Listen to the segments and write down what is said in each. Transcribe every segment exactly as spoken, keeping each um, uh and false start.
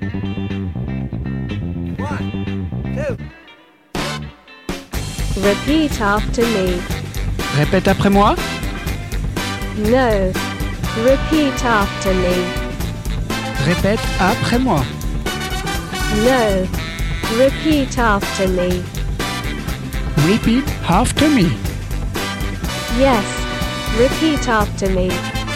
Repeat after me. Répète après moi. No. Repeat after me. Répète après moi. No. Repeat after me. Repeat after me. Yes. Repeat after me.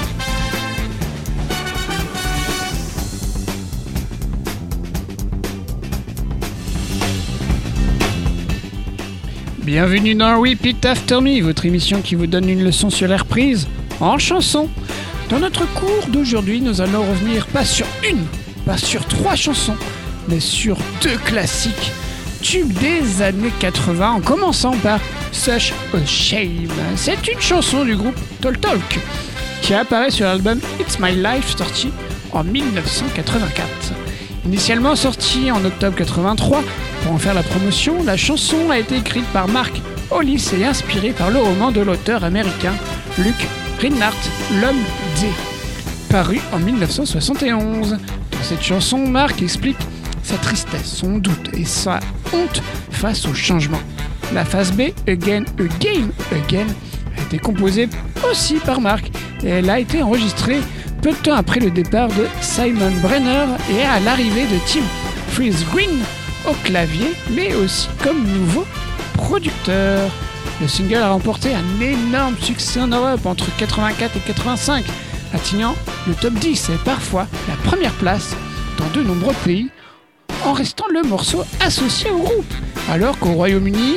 Bienvenue dans Repeat After Me, votre émission qui vous donne une leçon sur les reprises en chanson. Dans notre cours d'aujourd'hui, nous allons revenir pas sur une, pas sur trois chansons, mais sur deux classiques, tubes des années quatre-vingts, en commençant par Such a Shame. C'est une chanson du groupe Talk Talk, qui apparaît sur l'album It's My Life, sorti en dix-neuf cent quatre-vingt-quatre. Initialement sortie en octobre quatre-vingt-trois, pour en faire la promotion, la chanson a été écrite par Mark Hollis et inspirée par le roman de l'auteur américain Luke Rinehart, L'Homme D, paru en dix-neuf cent soixante et onze. Dans cette chanson, Mark explique sa tristesse, son doute et sa honte face au changement. La phase B, Again, Again, Again, a été composée aussi par Mark et elle a été enregistrée peu de temps après le départ de Simon Brenner et à l'arrivée de Tim Friese-Greene au clavier, mais aussi comme nouveau producteur. Le single a remporté un énorme succès en Europe entre quatre-vingt-quatre et quatre-vingt-cinq, atteignant le top dix et parfois la première place dans de nombreux pays, en restant le morceau associé au groupe, alors qu'au Royaume-Uni,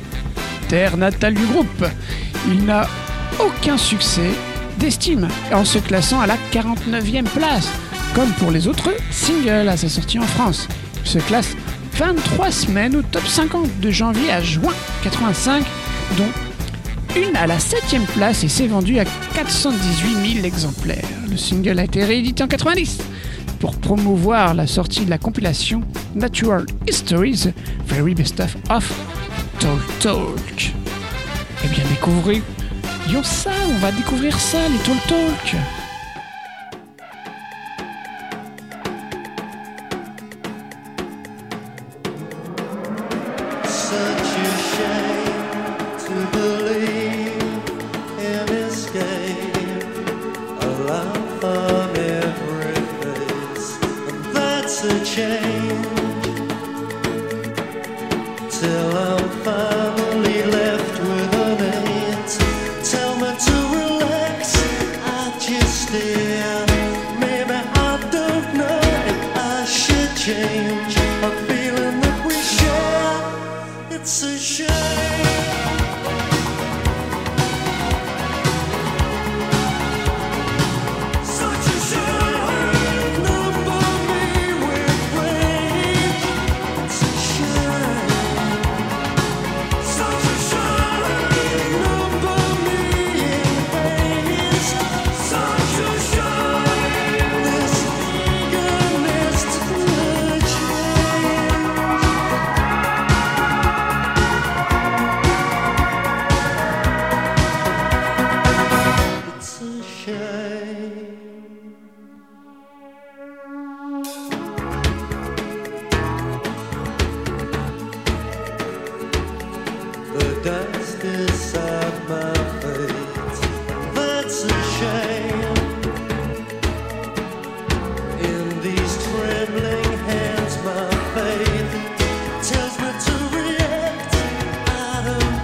terre natale du groupe, il n'a aucun succès d'estime, en se classant à la quarante-neuvième place, comme pour les autres singles à sa sortie en France. Il se classe vingt-trois semaines au top cinquante de janvier à juin quatre-vingt-cinq, dont une à la septième place et s'est vendu à quatre cent dix-huit mille exemplaires. Le single a été réédité en quatre-vingt-dix pour promouvoir la sortie de la compilation Natural Histories, Very Best of of Talk Talk. Eh bien, découvrez Yo ça, on va découvrir ça, les Talk Talk.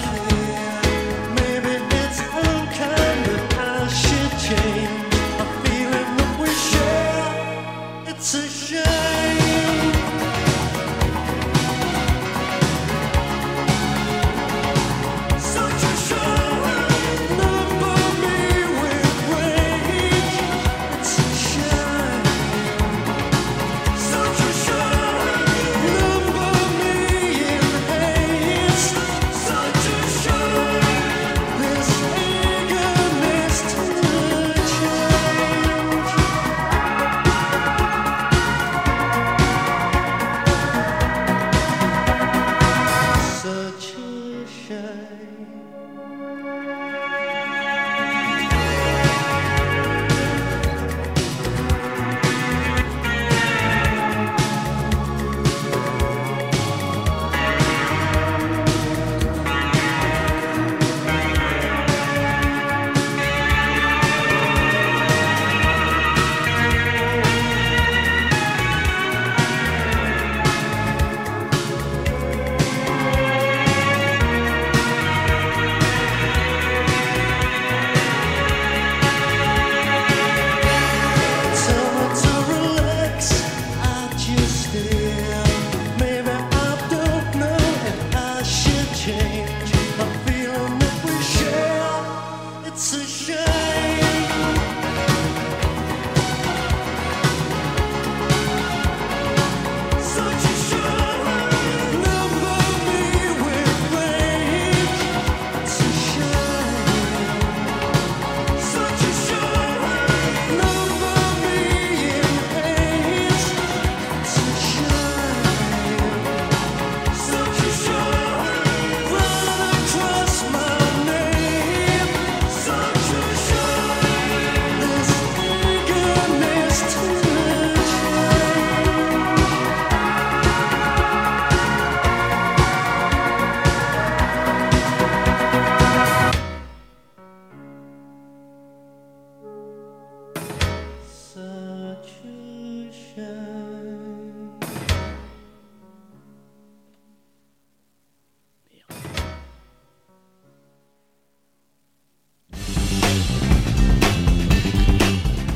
I feel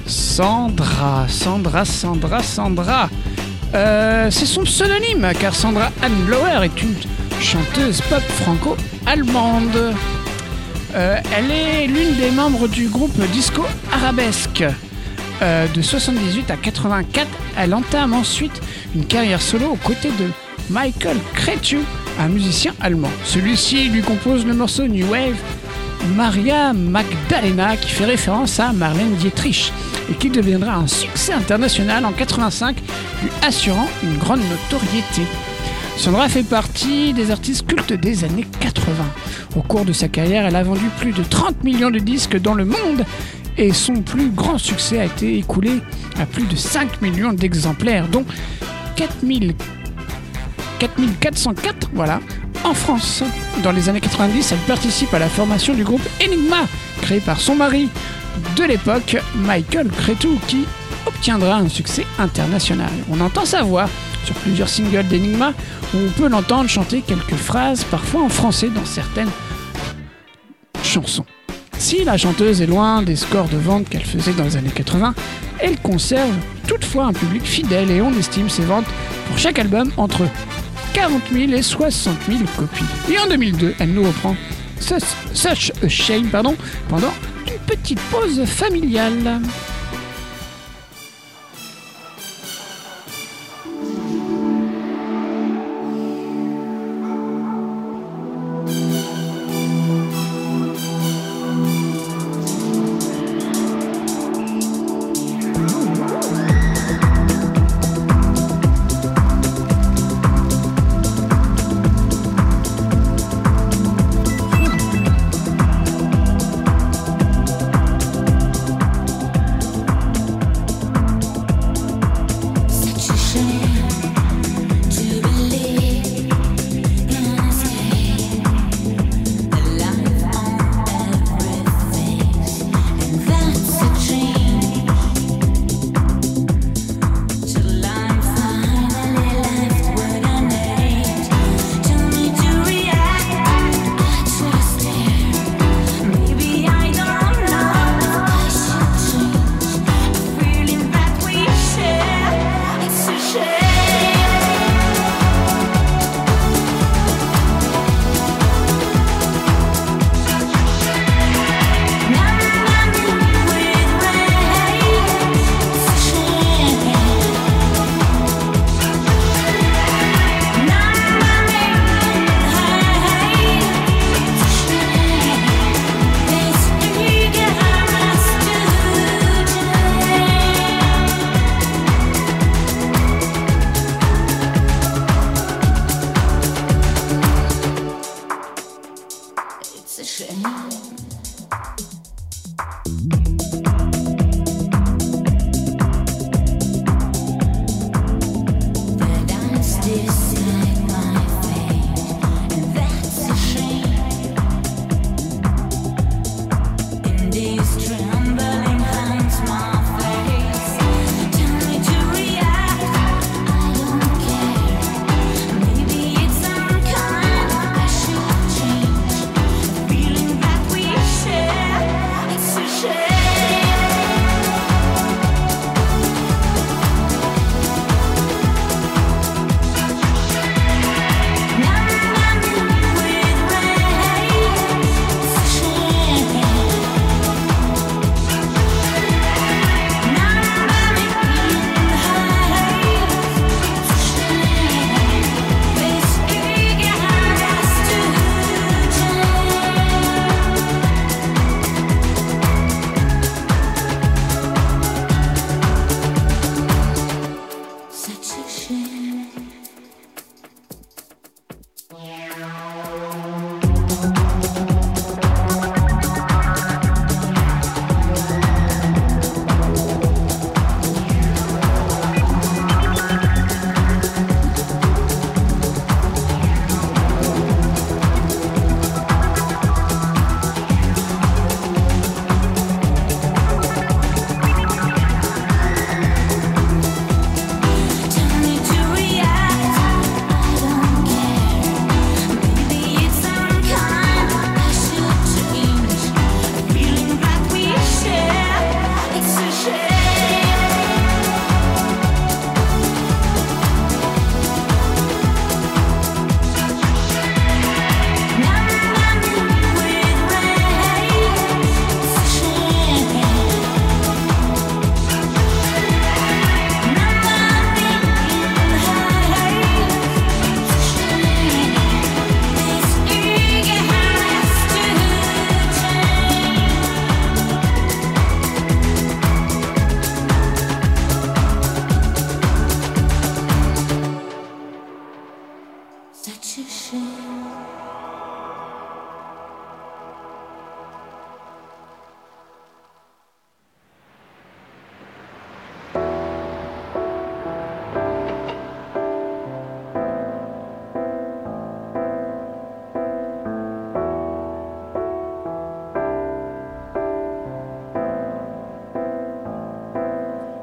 Sandra, Sandra, Sandra, Sandra. Euh, c'est son pseudonyme, car Sandra Anne Blauer est une chanteuse pop franco-allemande. Euh, elle est l'une des membres du groupe Disco Arabesque. Euh, de soixante-dix-huit à quatre-vingt-quatre, elle entame ensuite une carrière solo aux côtés de Michael Cretu, un musicien allemand. Celui-ci lui compose le morceau New Wave Maria Magdalena, qui fait référence à Marlène Dietrich et qui deviendra un succès international en quatre-vingt-cinq, lui assurant une grande notoriété. Sandra fait partie des artistes cultes des années quatre-vingts. Au cours de sa carrière, elle a vendu plus de trente millions de disques dans le monde et son plus grand succès a été écoulé à plus de cinq millions d'exemplaires, dont quatre mille quatre cent quatre voilà, en France. Dans les années quatre-vingt-dix, elle participe à la formation du groupe Enigma, créé par son mari de l'époque, Michael Cretu, qui obtiendra un succès international. On entend sa voix sur plusieurs singles d'Enigma, où on peut l'entendre chanter quelques phrases, parfois en français, dans certaines chansons. Si la chanteuse est loin des scores de vente qu'elle faisait dans les années quatre-vingts, elle conserve toutefois un public fidèle et on estime ses ventes pour chaque album entre quarante mille et soixante mille copies. Et en deux mille deux, elle nous reprend Such a Shame pardon, pendant une petite pause familiale.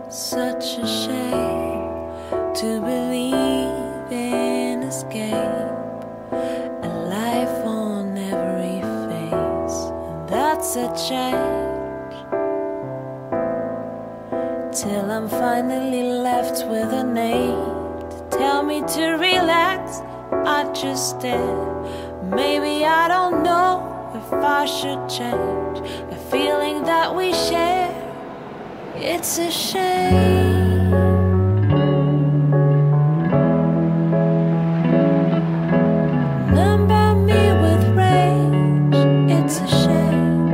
Such a shame to believe in escape, a life on every face, and that's a change. Till I'm finally left with a name to tell me to relax. I just did. Maybe I don't know if I should change the feeling that we share. It's a shame. Number me with rage. It's a shame.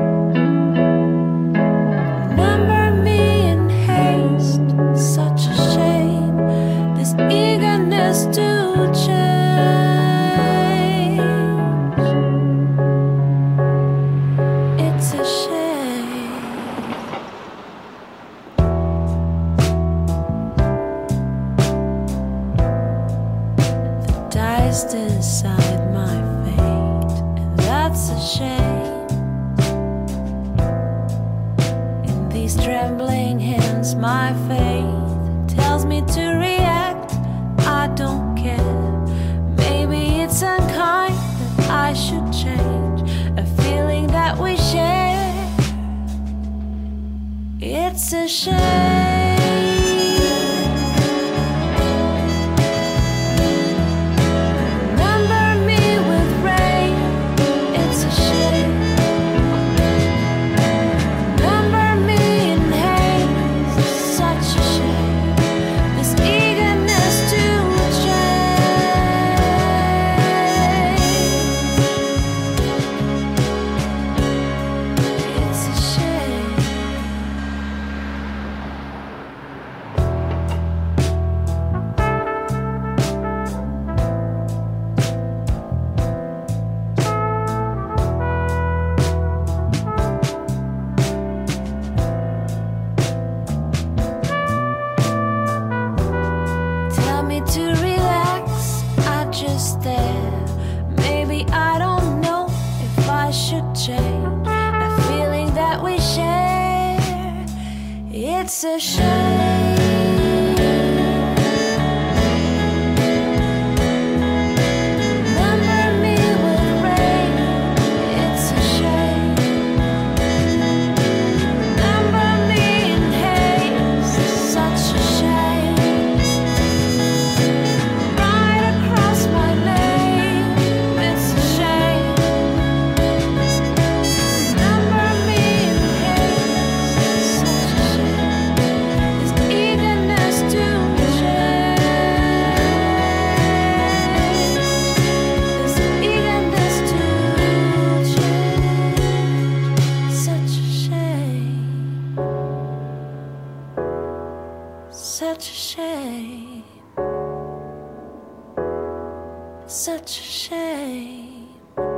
Number me in haste. Such a shame. This eagerness to change. It's a shame. Decide my fate, and that's a shame. In these trembling hands, my faith tells me to react. I don't care. Maybe it's unkind that I should change a feeling that we share. It's a shame. It's a shame. Number me with rain. It's a shame. Number me in haste. Such a shame. Right across my name. It's a shame. Number me in haste. Such a shame. Eagerness to change. This eagerness to change. Such a shame. Such a shame. Such a shame.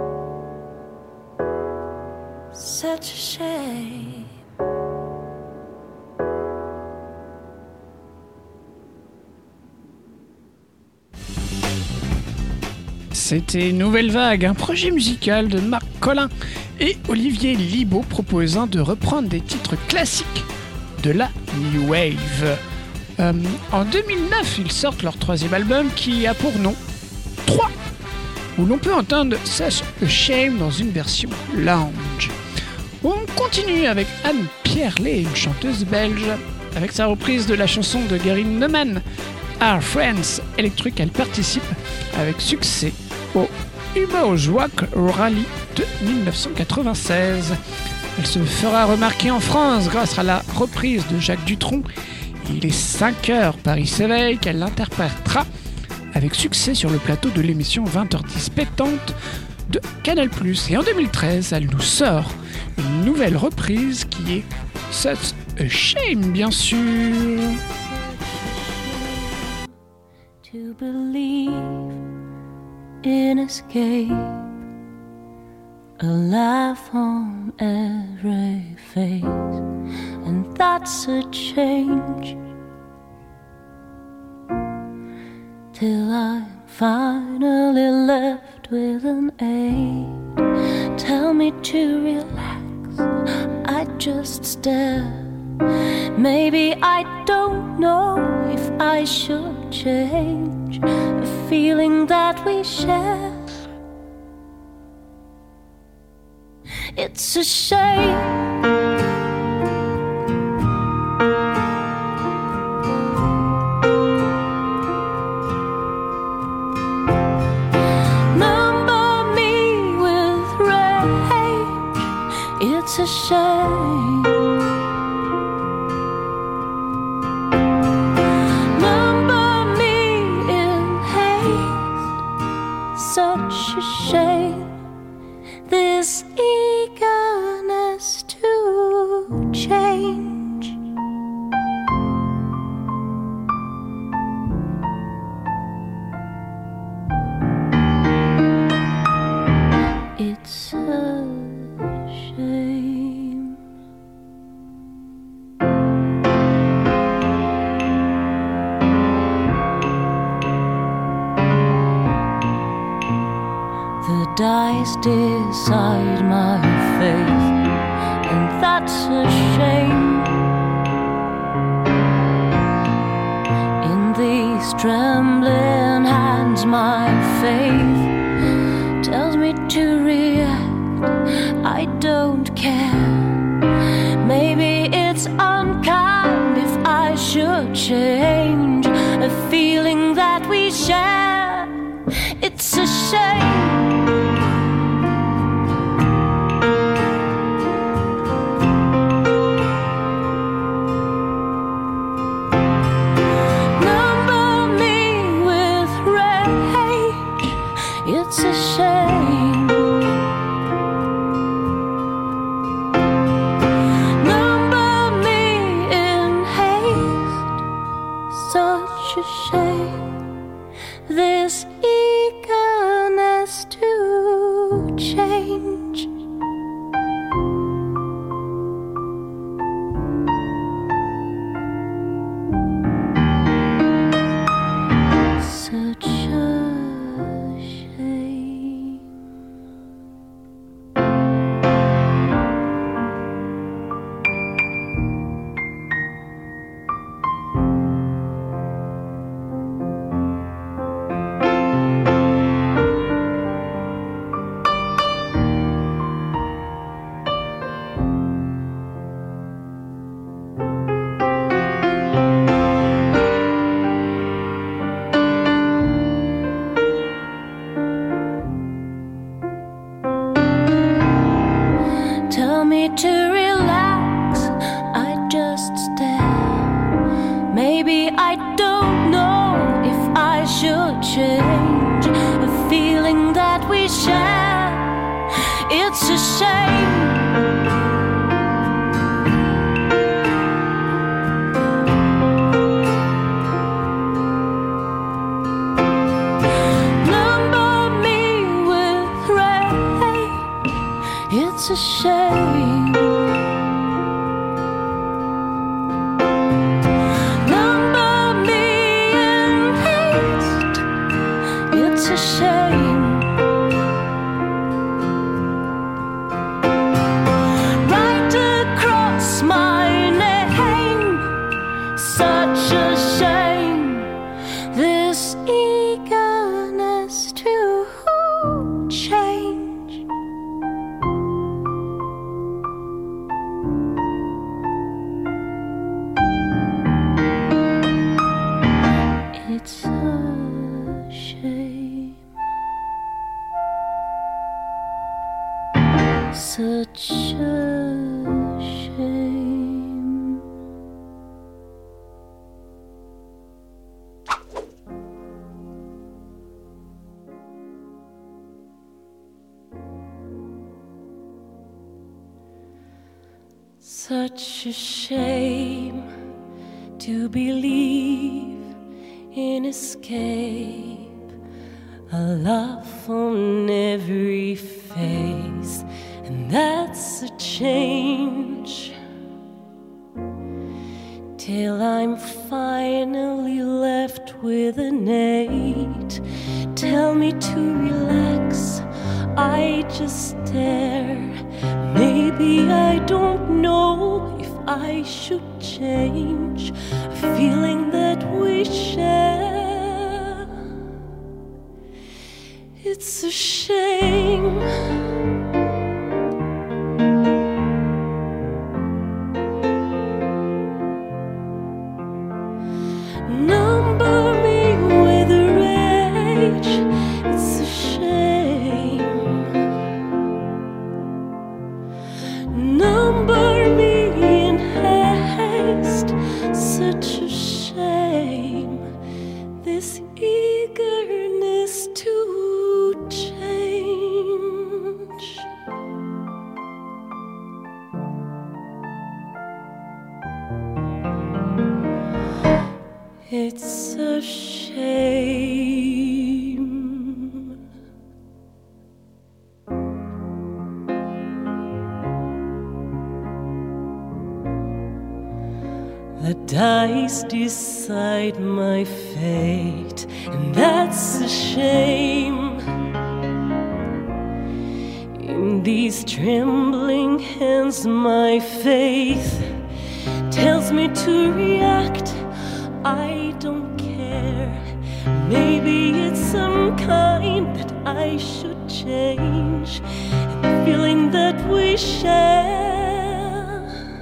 Such a shame. C'était Nouvelle Vague, un projet musical de Marc Collin et Olivier Libaud proposant de reprendre des titres classiques de la New Wave. Euh, en deux mille neuf, ils sortent leur troisième album qui a pour nom trois, où l'on peut entendre Such a Shame dans une version lounge. On continue avec Anne Pierlet, une chanteuse belge, avec sa reprise de la chanson de Gary Numan, Our Friends Electric. Elle participe avec succès au Humo's Rock Rally de dix-neuf cent quatre-vingt-seize. Elle se fera remarquer en France grâce à la reprise de Jacques Dutronc. Il est cinq heures, Paris s'éveille, qu'elle l'interprétera avec succès sur le plateau de l'émission vingt heures dix pétante de Canal plus. Et en deux mille treize, elle nous sort une nouvelle reprise qui est Such a Shame, bien sûr. To believe in escape, a laugh on every face, and that's a change. Till I'm finally left with an ache. Tell me to relax, I just stare. Maybe I don't know if I should change the feeling that we share. It's a shame. It's a shame. Number me in haste. Such a shame. This eagerness to change. It's a dice decide my faith, and that's a shame. In these trembling hands, my faith tells me to react. I don't care. Maybe it's unkind if I should change a feeling that we share. It's a shame. It's a shame. Number me in haste. Such a shame. This eagerness to change. Such a to relax, I just stare. Maybe I don't know if I should change the feeling that we share. It's a shame. Number me with rain. It's a shame. Such a shame. Such a shame to believe in escape, a laugh on every face. And that's a change, till I'm finally left with an eight. Tell me to relax, I just stare. Maybe I don't know if I should change, a feeling that we share. It's a shame. Number me with rage. It's a shame. Number me in haste. Such a shame. This eagerness to change. It's a shame. The dice decide my fate, and that's a shame. In these trembling hands, my faith tells me to react. I don't care. Maybe it's unkind that I should change. And the feeling that we share,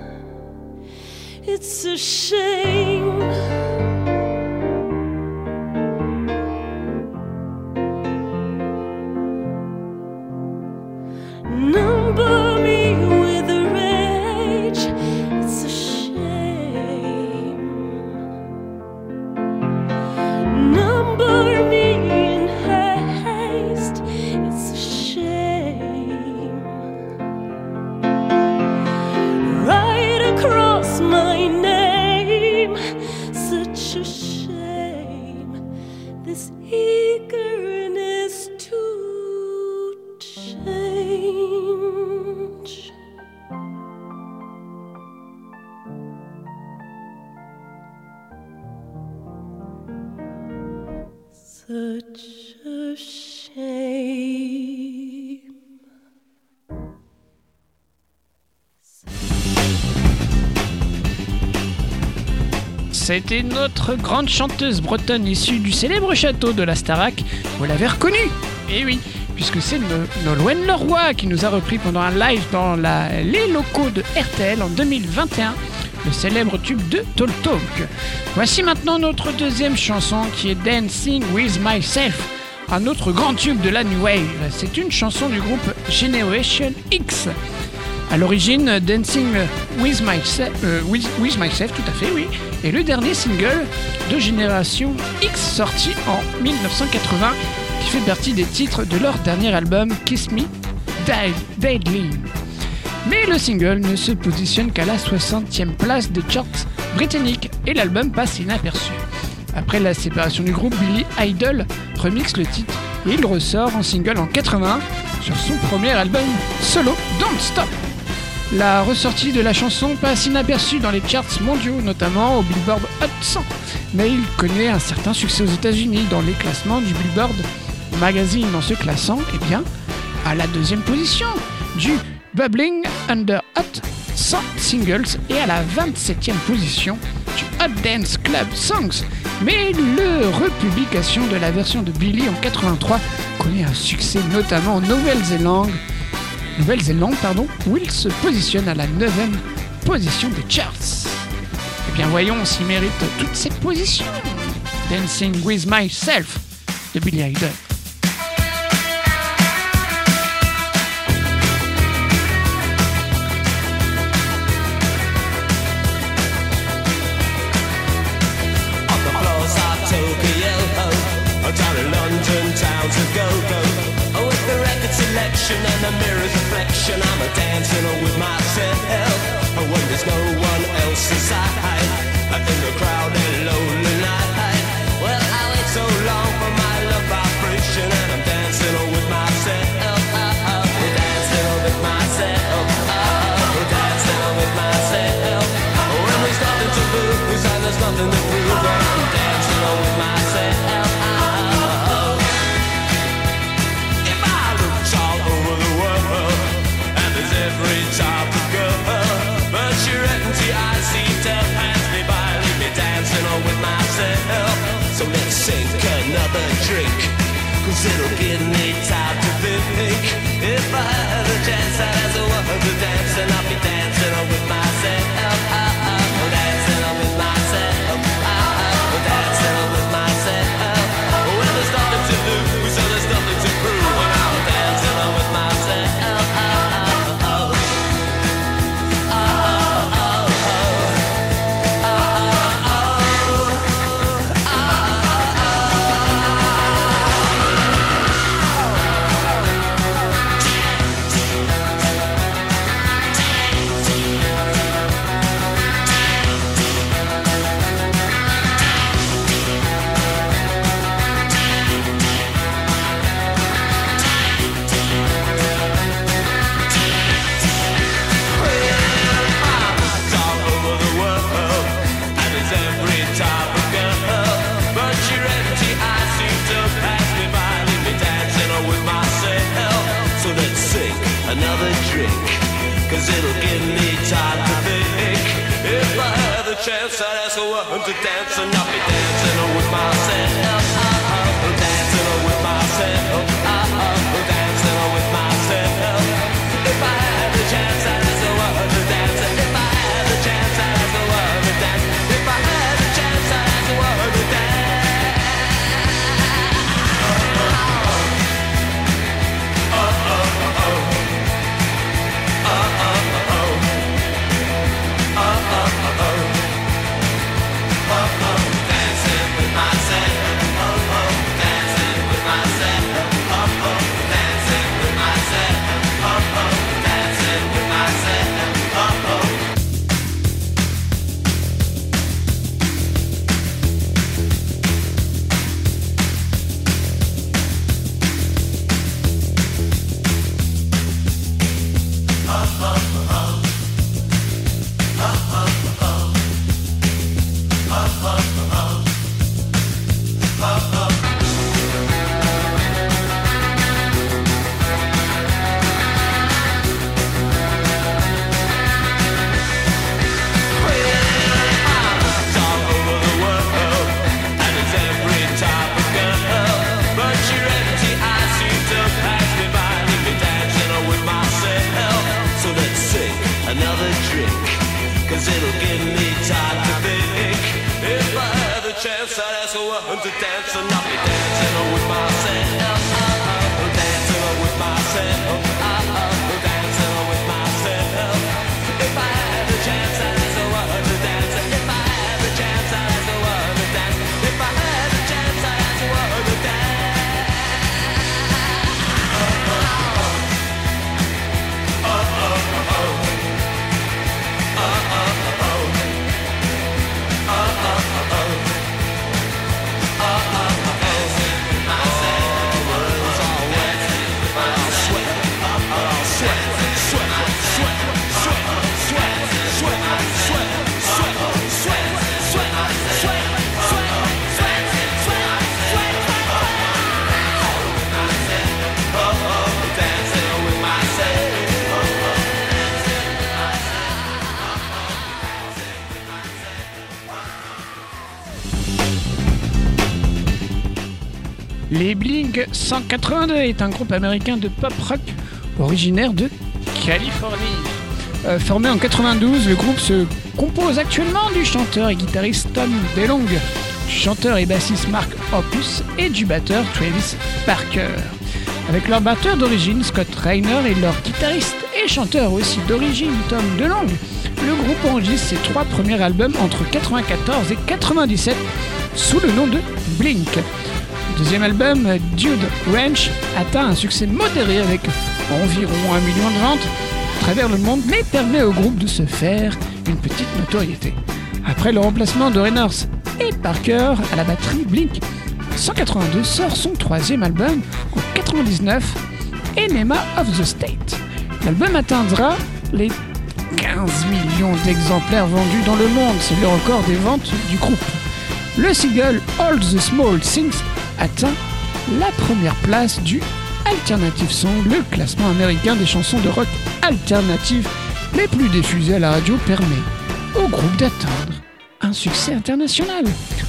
it's a shame. Number me with rage. It's a shame. Number me in haste. It's a shame. Right across my name. Such a shame. This eagerness to change. Such a shame. C'était notre grande chanteuse bretonne issue du célèbre château de la Starac. Vous l'avez reconnue. Eh oui, puisque c'est no- Nolwenn Leroy qui nous a repris pendant un live dans la- les locaux de R T L en deux mille vingt et un, le célèbre tube de Tall Talk. Voici maintenant notre deuxième chanson qui est Dancing With Myself, un autre grand tube de la New Wave. C'est une chanson du groupe Generation X. À l'origine, Dancing With Myself, euh, with, with Myself, tout à fait, oui, est le dernier single de Génération X sorti en dix-neuf cent quatre-vingts, qui fait partie des titres de leur dernier album Kiss Me Deadly. Mais le single ne se positionne qu'à la soixantième place des charts britanniques et l'album passe inaperçu. Après la séparation du groupe, Billy Idol remixe le titre et il ressort en single en quatre-vingt-un sur son premier album solo Don't Stop. La ressortie de la chanson passe inaperçue dans les charts mondiaux, notamment au Billboard Hot cent, mais il connaît un certain succès aux États-Unis dans les classements du Billboard Magazine, en se classant eh bien, à la deuxième position du Bubbling Under Hot cent Singles et à la vingt-septième position du Hot Dance Club Songs. Mais la republication de la version de Billy en quatre-vingt-trois connaît un succès notamment en Nouvelle-Zélande, Nouvelle-Zélande pardon, où il se positionne à la neuvième position des charts. Eh bien voyons s'il mérite toutes ces positions. Dancing With Myself de Billy Idol. Down in London town to go-go, oh, with the record selection and the mirror's reflection, I'm a dancing with myself, oh, when there's no one else inside, in the crowded lonely night. Well, I wait so long for my love vibration, and I'm dancing with myself, oh, oh, dancing with myself, oh, dancing with myself, oh, when there's nothing to lose and there's nothing to prove, I'm dancing with myself. Every time to go, but you're empty. So let's sink another drink, cause it'll give me time to think. If I had a chance, I'd ask a woman to dance, and I'll be dancing with myself. Ah, ah, dancing with myself. Ah, ah, dancing with myself. Well, there's nothing to lose, so there's nothing to prove, and I'm dancing with myself. Ah, ah, oh. Ah, ah, oh, oh. Ah, ah, oh. Ah, another drink, cause it'll give me time to think. If I had the chance, I'd ask a woman to dance, and I'll be dancing with myself. Uh-oh, dancing with myself. Uh-oh, dancing with myself. If I had the chance, I'd ask a woman to dance. If I had the chance, I'd ask a woman to dance. If I had the chance, I'd ask a woman to dance. To dance and I'll be dancing with myself. Uh-oh, dancing with myself. Uh-oh, dancing with myself. If I had the chance, I'd ask a woman to dance. If I had the chance, I'd ask a woman to dance. If I had the chance, I'd ask a woman to dance. Uh-oh, uh-oh, uh-oh, uh-oh, uh-oh, uh-oh. Les Blink cent quatre-vingt-deux est un groupe américain de pop-rock originaire de Californie. Euh, formé en quatre-vingt-douze, le groupe se compose actuellement du chanteur et guitariste Tom DeLonge, du chanteur et bassiste Mark Hoppus et du batteur Travis Barker. Avec leur batteur d'origine Scott Reiner et leur guitariste et chanteur aussi d'origine Tom DeLonge, le groupe enregistre ses trois premiers albums entre quatre-vingt-quatorze et quatre-vingt-dix-sept sous le nom de Blink. Le deuxième album, Dude Ranch, atteint un succès modéré avec environ un million de ventes à travers le monde, mais permet au groupe de se faire une petite notoriété. Après le remplacement de Reynolds et Parker à la batterie, Blink cent quatre-vingt-deux sort son troisième album en quatre-vingt-dix-neuf, Enema of the State. L'album atteindra les quinze millions d'exemplaires vendus dans le monde, c'est le record des ventes du groupe. Le single All the Small Things atteint la première place du Alternative Song, le classement américain des chansons de rock alternatives les plus diffusées à la radio, permet au groupe d'atteindre un succès international.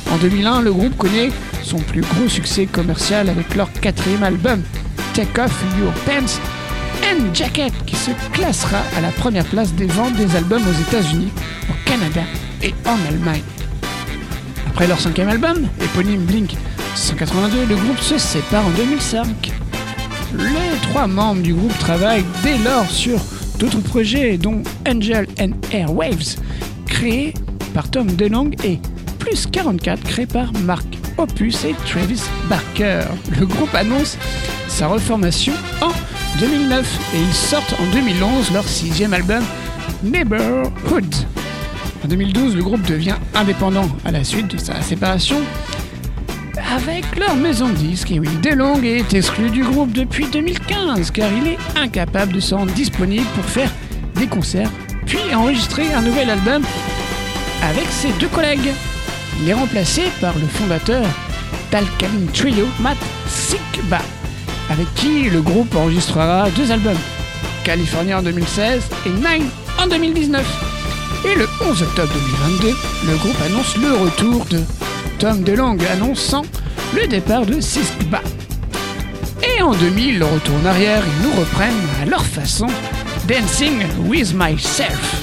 En deux mille un, le groupe connaît son plus gros succès commercial avec leur quatrième album, Take Off Your Pants and Jacket, qui se classera à la première place des ventes des albums aux États-Unis, au Canada et en Allemagne. Après leur cinquième album, éponyme Blink cent quatre-vingt-deux, le groupe se sépare en deux mille cinq. Les trois membres du groupe travaillent dès lors sur d'autres projets, dont Angel and Airwaves, créé par Tom DeLonge, et Plus quarante-quatre, créé par Mark Hoppus et Travis Barker. Le groupe annonce sa reformation en deux mille neuf et ils sortent en deux mille onze leur sixième album, Neighborhood. En deux mille douze, le groupe devient indépendant à la suite de sa séparation avec leur maison de disques. Et oui, DeLonge est exclu du groupe depuis deux mille quinze car il est incapable de se rendre disponible pour faire des concerts puis enregistrer un nouvel album avec ses deux collègues. Il est remplacé par le fondateur d'Alkaline Trio, Matt Skiba, avec qui le groupe enregistrera deux albums, California en deux mille seize et Nine en deux mille dix-neuf. Et le onze octobre deux mille vingt-deux, le groupe annonce le retour de Tom DeLonge, annonçant le départ de Skiba. Et en deux mille, le retour en arrière, ils nous reprennent à leur façon Dancing With Myself.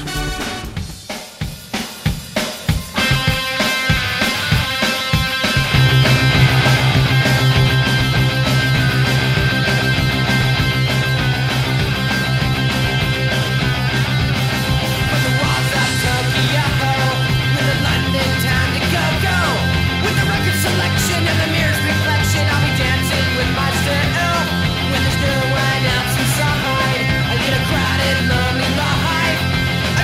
When there's no one else inside, I get a crowded, lonely life.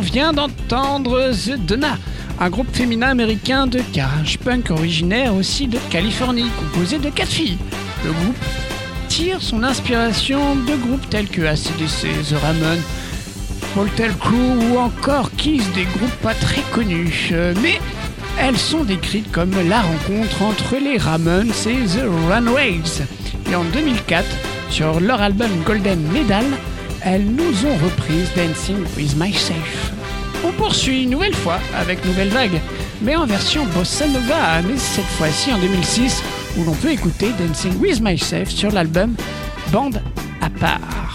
vient d'entendre The Donna, un groupe féminin américain de garage punk originaire aussi de Californie, composé de quatre filles. Le groupe tire son inspiration de groupes tels que A C D C, The Ramones, Motley Crue ou encore Kiss, des groupes pas très connus. Euh, mais elles sont décrites comme la rencontre entre les Ramones et The Runaways. Et en deux mille quatre, sur leur album Golden Medal, elles nous ont reprise Dancing with Myself. On poursuit une nouvelle fois avec Nouvelle Vague, mais en version bossa nova, mais cette fois-ci en deux mille six, où l'on peut écouter Dancing with Myself sur l'album Bande à part.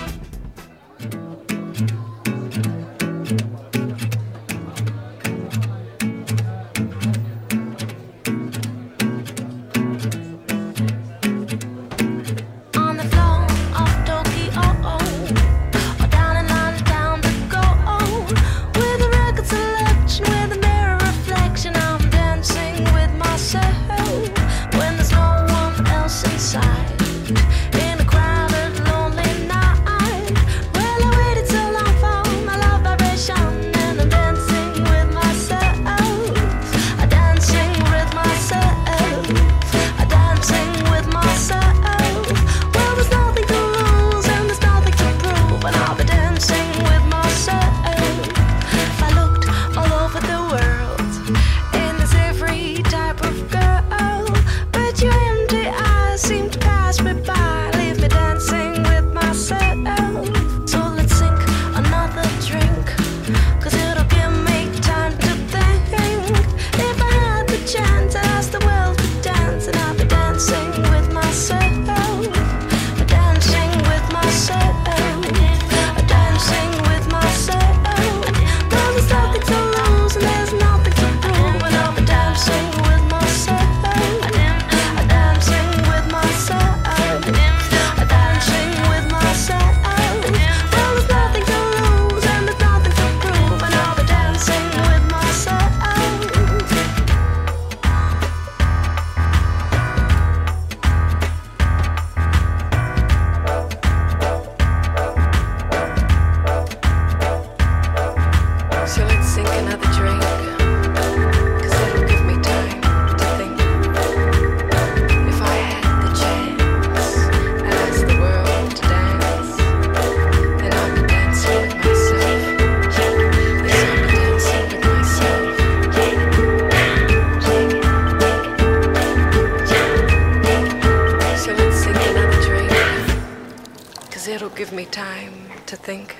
Give me time to think.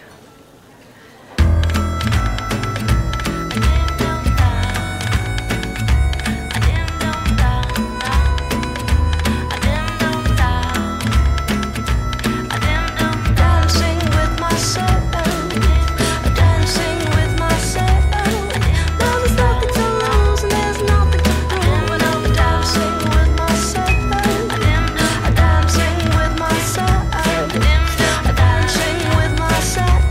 Dancing with myself.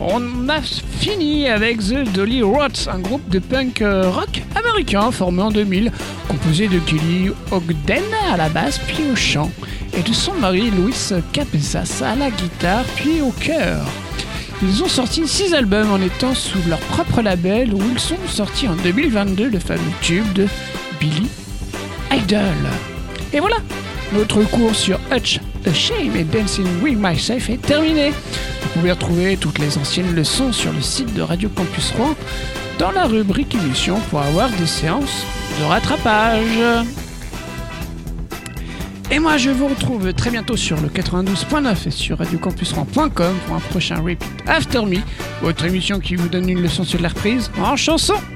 on a fini avec The Dolly Rots, un groupe de punk rock américain formé en deux mille, composé de Kelly Ogden à la basse puis au chant, et de son mari Luis Cabezas à la guitare puis au chœur. Ils ont sorti six albums en étant sous leur propre label, où ils sont sortis en deux mille vingt-deux le fameux tube de Billy Idol. Et voilà, notre cours sur Hutch, A Shame et Dancing With Myself est terminé. Vous pouvez retrouver toutes les anciennes leçons sur le site de Radio Campus Rouen dans la rubrique émission pour avoir des séances de rattrapage. Et moi je vous retrouve très bientôt sur le quatre-vingt-douze point neuf et sur radio campus rouen point com pour un prochain Repeat After Me, votre émission qui vous donne une leçon sur la reprise en chanson.